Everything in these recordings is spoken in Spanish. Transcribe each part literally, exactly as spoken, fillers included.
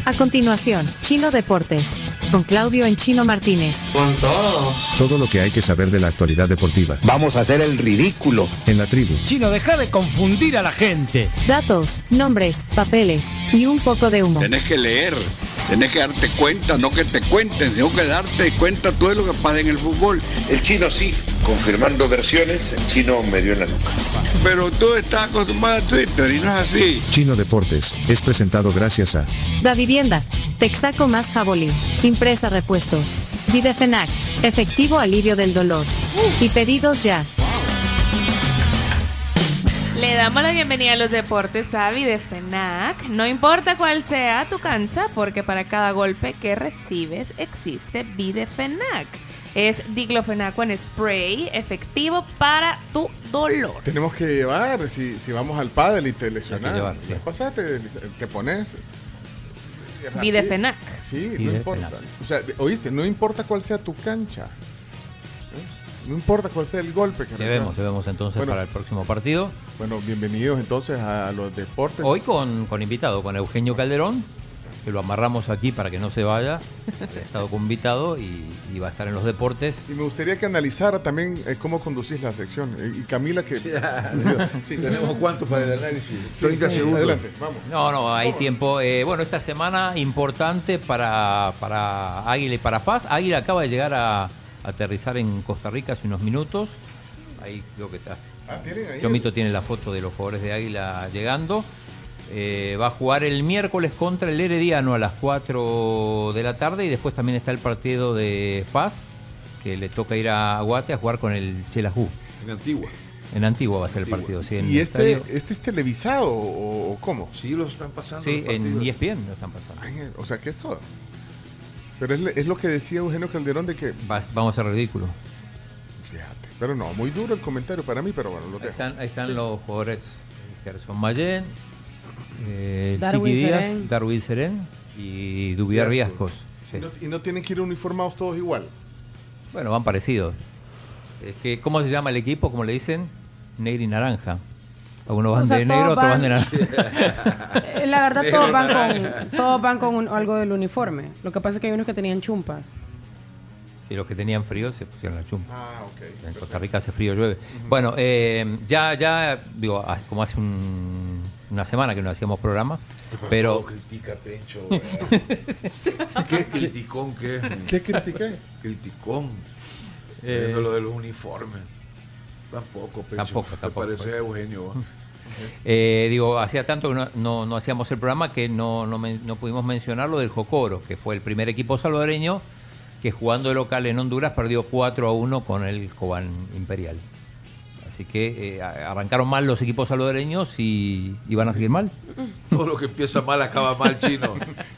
A continuación, Chino Deportes, con Claudio en Chino Martínez. Con todo. Todo lo que hay que saber de la actualidad deportiva. Vamos a hacer el ridículo. En la tribu. Chino, deja de confundir a la gente. Datos, nombres, papeles y un poco de humo. Tenés que leer, tenés que darte cuenta, no que te cuenten, sino que darte cuenta todo lo que pasa en el fútbol. El Chino sí, confirmando versiones, el Chino me dio en la nuca. Pero tú estás acostumbrado a Twitter y no es así. Chino Deportes es presentado gracias a Da Vivienda, Texaco más Jabolí, Impresa Repuestos, Videfenac, Efectivo Alivio del Dolor y Pedidos Ya. Le damos la bienvenida a los deportes a Videfenac. No importa cuál sea tu cancha, porque para cada golpe que recibes existe Videfenac. Es diclofenaco en spray, efectivo para tu dolor. Tenemos que llevar, si, si vamos al pádel y te lesionas, llevar, sí. pasate, te pones... Videfenac. Sí, Videfenac. no importa. O sea, oíste, no importa cuál sea tu cancha. ¿Eh? No importa cuál sea el golpe que Debemos, debemos entonces bueno, para el próximo partido. Bueno, bienvenidos entonces a los deportes. Hoy con, con invitado, con Eugenio Calderón, que lo amarramos aquí para que no se vaya. Ha estado con invitado y, y va a estar en los deportes. Y me gustaría que analizara también eh, cómo conducís la sección. Eh, y Camila que... Sí, sí, tenemos cuánto para el análisis. Sí, treinta sí, segundos. Adelante, vamos. No, no, hay tiempo. Eh, bueno, esta semana importante para, para Águila y para Paz. Águila acaba de llegar a, a aterrizar en Costa Rica hace unos minutos. Ahí creo que está. Ah, ¿tienen ahí? Chomito tiene la foto de los jugadores de Águila llegando. Eh, va a jugar el miércoles contra el Herediano a las cuatro de la tarde y después también está el partido de Paz, que le toca ir a Guate a jugar con el Chelajú. En Antigua. En Antigua va a ser el partido, sí. En ¿Y este, estadio. este es televisado o, o cómo? Sí, lo están pasando. Sí, los en partidos. E S P N lo están pasando. Ay, o sea, que esto... Pero es, es lo que decía Eugenio Calderón de que... Va- vamos a ser ridículo. Fíjate, pero no, muy duro el comentario para mí, pero bueno, lo Ahí dejo. están, ahí están los jugadores: Gerson Mayen, eh, Darwin Chiqui Díaz, Serén. Darwin Serén y Dubiar Riascos. Riascos. Sí. ¿Y no, y no tienen que ir uniformados todos igual? Bueno, van parecidos. Es que, ¿cómo se llama el equipo? Como le dicen, negro y naranja. Algunos van O sea, de todos negro, otros van van- de naranja. Eh, La verdad, todos van con, todos van con un- algo del uniforme. Lo que pasa es que hay unos que tenían chumpas. Si los que tenían frío se pusieron la chumpa. Ah, ok. En Costa Rica hace frío, llueve. Bueno, eh, ya, ya, digo, ha- como hace un- una semana que no hacíamos programa, pero Todo critica Pencho. güey. ¿Qué criticón que es? ¿Qué critiqué? Criticón. Eh, Viendo lo de los uniformes. Tampoco, Pencho. Tampoco, Te tampoco. parece a Eugenio. ¿va? eh, digo, hacía tanto que no, no- no hacíamos el programa que no, no, men- no pudimos mencionar lo del Jocoro, que fue el primer equipo salvadoreño que jugando de local en Honduras perdió cuatro a uno con el Cobán Imperial. Así que eh, a- arrancaron mal los equipos salvadoreños y, y van a seguir mal. Todo lo que empieza mal acaba mal, Chino.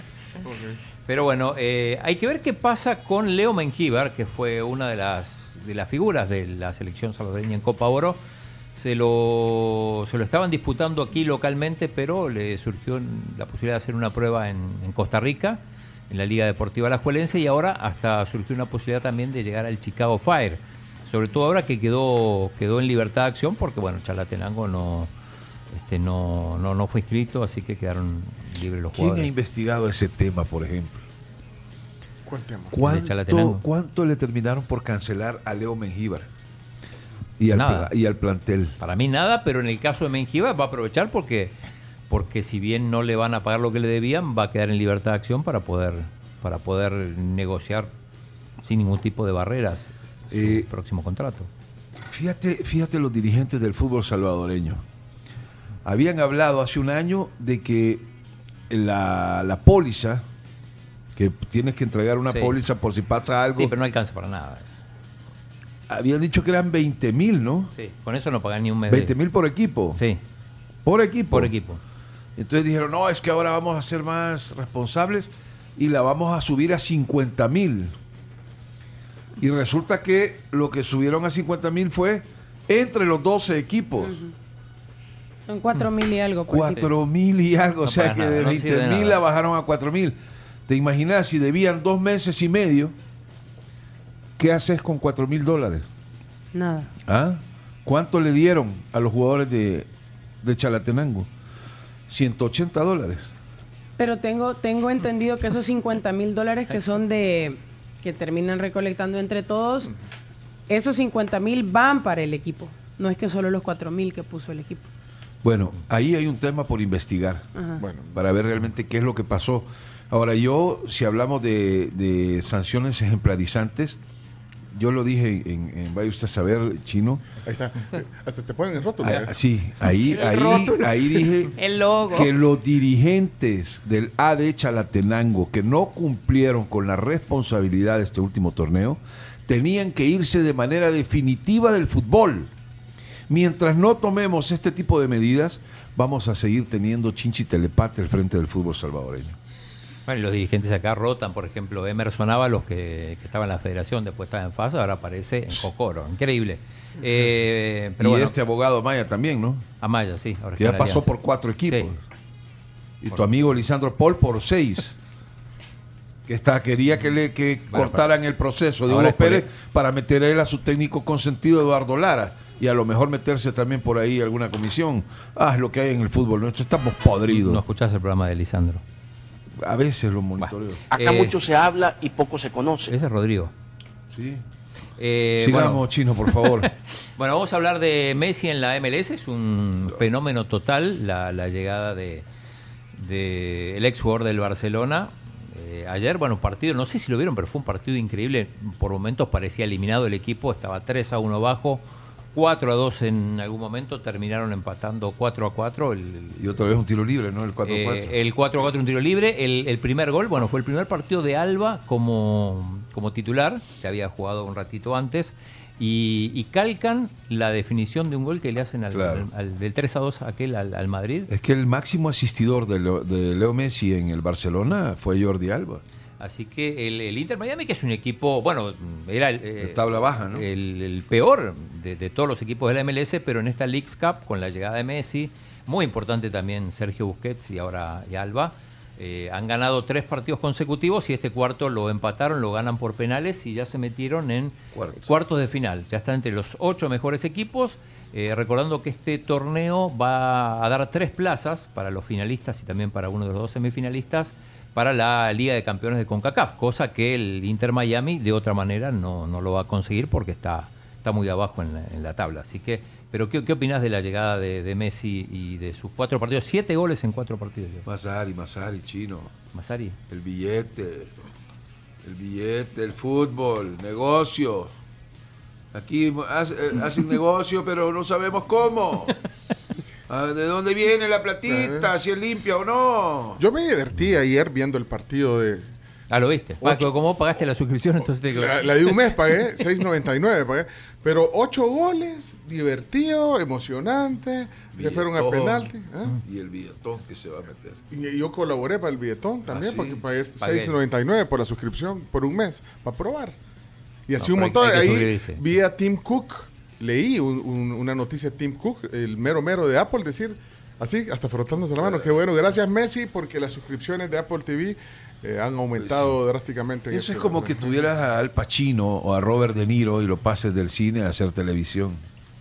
Pero bueno, eh, hay que ver qué pasa con Leo Mengíbar, que fue una de las, de las figuras de la selección salvadoreña en Copa Oro. Se lo, se lo estaban disputando aquí localmente, pero le surgió la posibilidad de hacer una prueba en, en Costa Rica, en la Liga Deportiva Alajuelense, y ahora hasta surgió una posibilidad también de llegar al Chicago Fire. Sobre todo ahora que quedó, quedó en libertad de acción, porque bueno, Chalatenango no, este, no, no, no fue inscrito, así que quedaron libres los ¿Quién ha jugadores. investigado ese tema, por ejemplo? ¿Cuál tema? ¿Cuánto, Chalatenango. ¿Cuánto le terminaron por cancelar a Leo Mengíbar? Y al, Nada. pla- y al plantel. Para mí nada, pero en el caso de Mengíbar va a aprovechar porque, porque si bien no le van a pagar lo que le debían, va a quedar en libertad de acción para poder, para poder negociar sin ningún tipo de barreras su Eh, próximo contrato. Fíjate, fíjate los dirigentes del fútbol salvadoreño. Habían hablado hace un año de que la, la póliza, que tienes que entregar una Sí. póliza por si pasa algo, Sí, pero no alcanza para nada eso. habían dicho que eran veinte mil, ¿no? Sí, con eso no pagan ni un mes. veinte mil por equipo. Sí, Por equipo. por equipo. Entonces dijeron, no, es que ahora vamos a ser más responsables y la vamos a subir a cincuenta mil. Y resulta que lo que subieron a cincuenta mil fue entre los doce equipos. Son cuatro mil y algo. por Cuatro mil y algo, No o sea pagas que nada, de no sirve de veinte mil nada. la bajaron a cuatro mil. ¿Te imaginas si debían dos meses y medio? ¿Qué haces con cuatro mil dólares? Nada. ¿Ah? ¿Cuánto le dieron a los jugadores de, de Chalatenango? ciento ochenta dólares. Pero tengo, tengo entendido que esos cincuenta mil dólares que son de... que terminan recolectando entre todos, esos cincuenta mil van para el equipo. No es que solo los cuatro mil que puso el equipo. Bueno, ahí hay un tema por investigar. Ajá. Bueno, Para ver realmente qué es lo que pasó. Ahora, yo, si hablamos de, de sanciones ejemplarizantes, yo lo dije en, en vaya usted a saber, Chino. ahí está. Hasta te ponen el rótulo. Ah, ¿eh? sí, ahí, el ahí, rótulo. ahí dije El logo. que los dirigentes del A D Chalatenango que no cumplieron con la responsabilidad de este último torneo tenían que irse de manera definitiva del fútbol. Mientras no tomemos este tipo de medidas, vamos a seguir teniendo chinchi telepate al frente del fútbol salvadoreño. Bueno, y los dirigentes acá rotan, por ejemplo, Emerson Ábalos, que, que estaba en la federación, después estaba en FASA, ahora aparece en Cocoro. Increíble. Eh, pero y bueno, este abogado Maya también, ¿no? Amaya, sí. Ahora Que ya está en pasó Alianza. por cuatro equipos. Sí. Y tu amigo Lisandro Paul por seis. Que está, quería que le que Bueno, cortaran el proceso de ahora Hugo es por Pérez el- para meter a él a su técnico consentido Eduardo Lara. Y a lo mejor meterse también por ahí alguna comisión. Ah, es lo que hay en el fútbol nuestro. Estamos podridos. No escuchás el programa de Lisandro. A veces lo monitoreo. Acá Eh, mucho se habla y poco se conoce. Ese es Rodrigo. Sí. Eh, Sigamos, bueno, Chino, por favor. bueno, vamos a hablar de Messi en la M L S. Es un fenómeno total la, la llegada de, de el ex jugador del Barcelona. Eh, ayer, bueno, partido, no sé si lo vieron, pero fue un partido increíble. Por momentos parecía eliminado el equipo. Estaba tres a uno bajo, cuatro a dos en algún momento. Terminaron empatando cuatro a cuatro. El, Y otra vez un tiro libre, ¿no? El cuatro a cuatro. Eh, el cuatro a cuatro, un tiro libre. El, el primer gol, bueno, fue el primer partido de Alba como, como titular. Ya había jugado un ratito antes. Y, y calcan la definición de un gol que le hacen al, Claro. al- al- del tres a dos aquel al, al Madrid. Es que el máximo asistidor de Leo, de Leo Messi en el Barcelona fue Jordi Alba. Así que el, el Inter Miami, que es un equipo, bueno, era el, eh, De tabla baja, ¿no? el, el peor de, de todos los equipos de la M L S, pero en esta Leagues Cup, con la llegada de Messi, muy importante también Sergio Busquets y ahora y Alba, eh, han ganado tres partidos consecutivos y este cuarto lo empataron, lo ganan por penales y ya se metieron en Cuartos. cuartos de final. Ya están entre los ocho mejores equipos. Eh, recordando que este torneo va a dar tres plazas para los finalistas y también para uno de los dos semifinalistas para la Liga de Campeones de CONCACAF, cosa que el Inter Miami de otra manera no, no lo va a conseguir porque está, está muy abajo en la, en la tabla. Así que, pero ¿qué, qué opinás de la llegada de, de Messi y de sus cuatro partidos? Siete goles en cuatro partidos. Masari, Masari, Chino. Masari. El billete, el billete, el fútbol, negocio. Aquí hace- eh, hacen negocio, pero no sabemos cómo. Ah, ¿de dónde viene la platita? ¿Si es limpia o no? Yo me divertí ayer viendo el partido de... Ah, ¿lo viste? Ocho. Paco, ¿cómo pagaste la suscripción? Entonces te... La, la de un mes pagué, seis noventa y nueve pagué. Pero ocho goles, divertido, emocionante. Se fueron a Billetón. penalti. ¿eh? Y el billetón que se va a meter. Y yo colaboré para el billetón también, ¿Ah, sí? porque pagué Pagué. seis noventa y nueve por la suscripción por un mes, para probar. Y así No, un pero montón. hay que Ahí suscribirse. vi a Tim Cook, leí un- un- una noticia de Tim Cook, el mero mero de Apple, decir así, hasta frotándose la mano. Qué bueno, gracias Messi, porque las suscripciones de Apple T V eh, han aumentado drásticamente. en Eso es este- como que tuvieras a Al Pacino o a Robert De Niro y lo pases del cine a hacer televisión.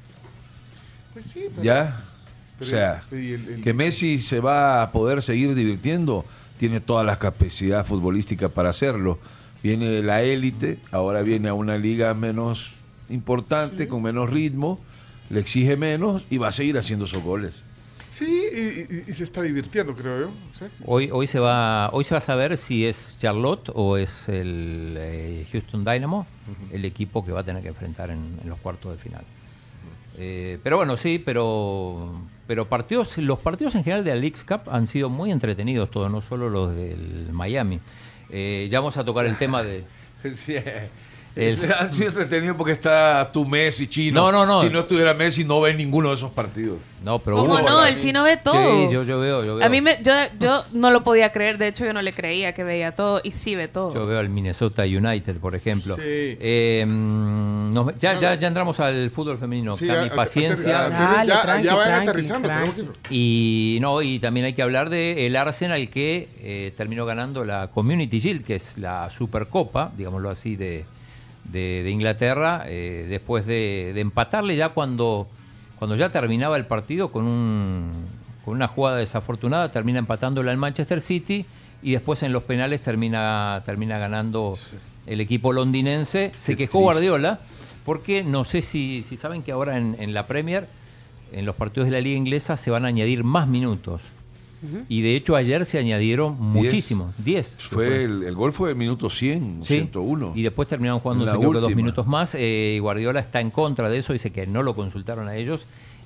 Pues sí, pero- ¿Ya? O pero- sea, y el- el- que Messi se va a poder seguir divirtiendo, tiene toda la capacidad futbolística para hacerlo. Viene la élite, ahora viene a una liga menos importante, con menos ritmo, le exige menos y va a seguir haciendo esos goles. Sí, y, y- y se está divirtiendo, creo yo. ¿sí? Hoy, hoy, se va, hoy se va a saber si es Charlotte o es el eh, Houston Dynamo, el equipo que va a tener que enfrentar en, en los cuartos de final. Eh, pero bueno, sí, pero pero partidos los partidos en general de la Leagues Cup han sido muy entretenidos todos, no solo los del Miami. Eh, ya vamos a tocar el tema de... Sí, El- han sido entretenidos porque está tu Messi, Chino. No, no, no. Si no estuviera Messi, no ves ninguno de esos partidos. No, pero ¿Cómo uno- no? El chino ve todo. Sí, yo, yo veo, yo veo. A mí me, yo, yo no lo podía creer, de hecho yo no le creía que veía todo y sí ve todo. Yo veo al Minnesota United, por ejemplo. Sí. Eh, mm, nos- ya, ya, ya entramos al fútbol femenino. Sí, Cami, a- a- paciencia. aterri- Dale, ya, tranqui, ya vayan tranqui, aterrizando. tranqui. tenemos que ir. Y no, y también hay que hablar de el Arsenal que eh, terminó ganando la Community Shield, que es la Supercopa, digámoslo así, de, de, de Inglaterra, eh, después de, de empatarle ya cuando, cuando ya terminaba el partido con un con una jugada desafortunada termina empatándola el Manchester City y después en los penales termina, termina ganando el equipo londinense. Se Qué quejó triste. Guardiola porque no sé si, si saben que ahora en, en la Premier, en los partidos de la Liga Inglesa, se van a añadir más minutos. Uh-huh. Y de hecho ayer se añadieron muchísimos, diez. Fue el, el gol fue el minuto cien, sí, ciento uno. Y después terminaron jugando La creo que dos última. minutos más. Eh, Guardiola está en contra de eso, dice que no lo consultaron a ellos.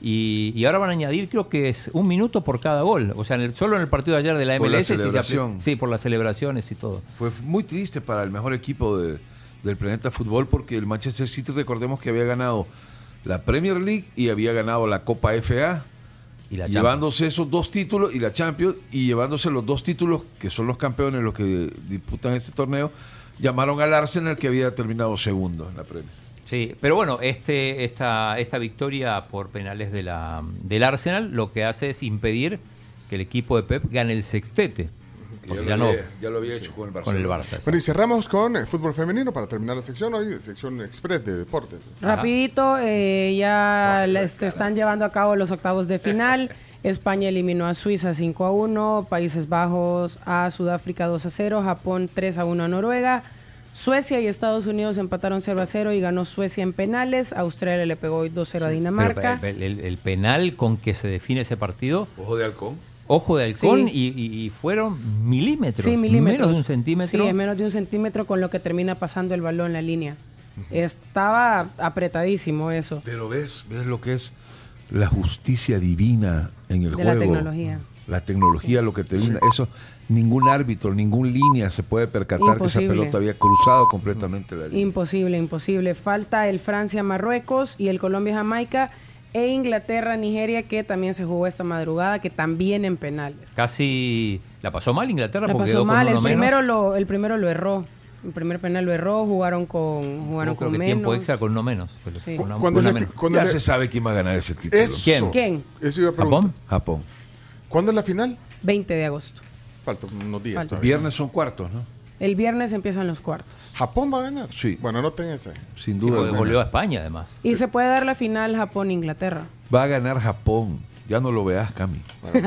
Y, y ahora van a añadir, creo que es un minuto por cada gol. O sea, en el, solo en el partido de ayer de la Por M L S. la celebración. Sí, sí, por las celebraciones y todo. Fue muy triste para el mejor equipo de, del planeta fútbol porque el Manchester City, recordemos que había ganado la Premier League y había ganado la Copa F A, y la llevándose esos dos títulos y la Champions, y llevándose los dos títulos que son los campeones los que disputan este torneo. Llamaron al Arsenal, que había terminado segundo en la Premier. Sí, pero bueno, este, esta, esta victoria por penales de la, del Arsenal lo que hace es impedir que el equipo de Pep gane el sextete. Ya, Ya, lo no, había, ya lo había hecho con el Barça. Con el Barça. Bueno, y cerramos con el fútbol femenino para terminar la sección hoy, sección express de deportes. Rapidito, eh, ya les están llevando a cabo los octavos de final. España eliminó a Suiza cinco a uno, Países Bajos a Sudáfrica dos a cero, Japón tres a uno a Noruega, Suecia y Estados Unidos empataron cero a cero y ganó Suecia en penales, Australia le pegó hoy dos a cero sí, a Dinamarca. Pero el, el, el penal con que se define ese partido... Ojo de halcón. Ojo de halcón sí. y, y fueron milímetros, sí, milímetros, menos de un centímetro. Sí, menos de un centímetro con lo que termina pasando el balón en la línea. Uh-huh. Estaba apretadísimo eso. Pero ves, ves lo que es la justicia divina en el de juego. La tecnología. La tecnología, sí. Lo que te brinda. Sí. Eso, ningún árbitro, ningún línea se puede percatar imposible. Que esa pelota había cruzado completamente la línea. Imposible, imposible. Falta el Francia-Marruecos y el Colombia-Jamaica. E Inglaterra-Nigeria, que también se jugó esta madrugada, que también en penales. Casi la pasó mal Inglaterra la porque pasó quedó mal. con uno el primero menos. lo el primero lo erró. El primer penal lo erró, jugaron con jugaron creo con que menos. tiempo extra con uno menos. Pero sí. con una, ¿Cuándo una es la, menos. ¿cuándo ya es se la, sabe quién va a ganar ese título. Eso, ¿Quién? ¿Quién? Eso iba a preguntar. ¿Japón? Japón. ¿Cuándo es la final? veinte de agosto. Faltan unos días. Falta. Viernes son cuartos, ¿no? El viernes empiezan los cuartos. ¿Japón va a ganar? Sí. Bueno, no tenga ese. Sin Sí, duda. porque goleó a España además. Y se puede dar la final Japón-Inglaterra. Va a ganar Japón. Ya no lo veas, Cami. no, no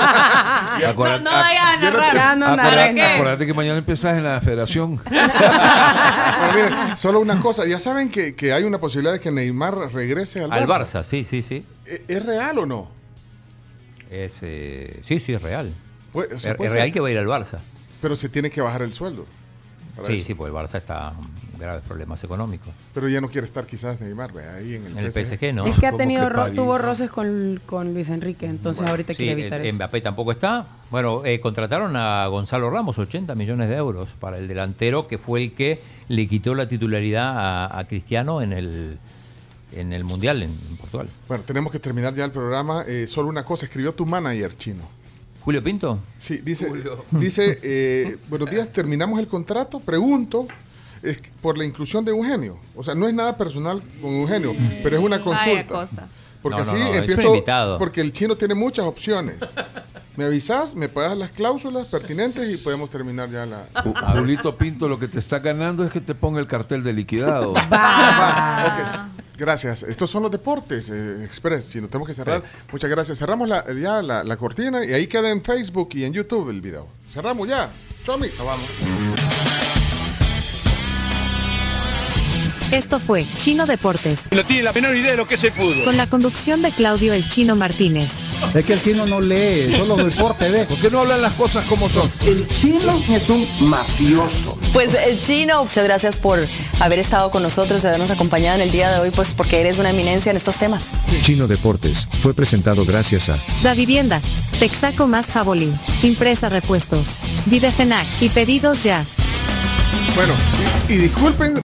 vaya a narrar. Ya no Acordate, narré. acordate que mañana empezás en la federación. Bueno, miren, solo una cosa. Ya saben que, que hay una posibilidad de que Neymar regrese al Barça. Al Barça, sí, sí, sí. ¿Es, ¿Es real o no? Es, eh, sí, sí, es real. Puede- o sea, es puede es real ser. que va a ir al Barça. Pero se tiene que bajar el sueldo. para Sí, eso. sí, porque el Barça está en graves problemas económicos. Pero ya no quiere estar quizás Neymar, ve, ahí en el, En el P S G no. Es que ha Como tenido que ro- París. tuvo roces con, con Luis Enrique, entonces Bueno, ahorita sí, quiere evitar el- eso. Mbappé tampoco está. Bueno, eh, contrataron a Gonzalo Ramos, ochenta millones de euros para el delantero, que fue el que le quitó la titularidad a, a Cristiano en el, en el Mundial en, en Portugal. Bueno, tenemos que terminar ya el programa. Eh, solo una cosa, escribió tu manager, Chino. ¿Julio Pinto? Sí, dice, dice eh, buenos días, terminamos el contrato, pregunto, es que por la inclusión de Eugenio. O sea, no es nada personal con Eugenio, pero es una Vaya consulta. cosa. Porque No, no, así no, es un empiezo, invitado. porque el Chino tiene muchas opciones. Me avisas, me pagas las cláusulas pertinentes y podemos terminar ya la... Ju- Julito Pinto, lo que te está ganando es que te ponga el cartel de liquidado. Va, ok. Gracias. Estos son los deportes eh, Express, Chino. Tenemos que cerrar. Muchas gracias. Cerramos la, ya la, la cortina y ahí queda en Facebook y en YouTube el video. Cerramos ya. Chomi. Vamos. Esto fue Chino Deportes, No tiene la menor idea de lo que es el fútbol. con la conducción de Claudio El Chino Martínez. Es que el chino no lee, solo deporte ve. ¿Por qué no hablan las cosas como son? El chino es un mafioso. Pues el Chino, muchas gracias por haber estado con nosotros y habernos acompañado en el día de hoy, pues porque eres una eminencia en estos temas. Chino Deportes fue presentado gracias a Da Vivienda, Texaco más Jabolín, Impresa Repuestos, Videfenac y Pedidos Ya. Bueno, y, y disculpen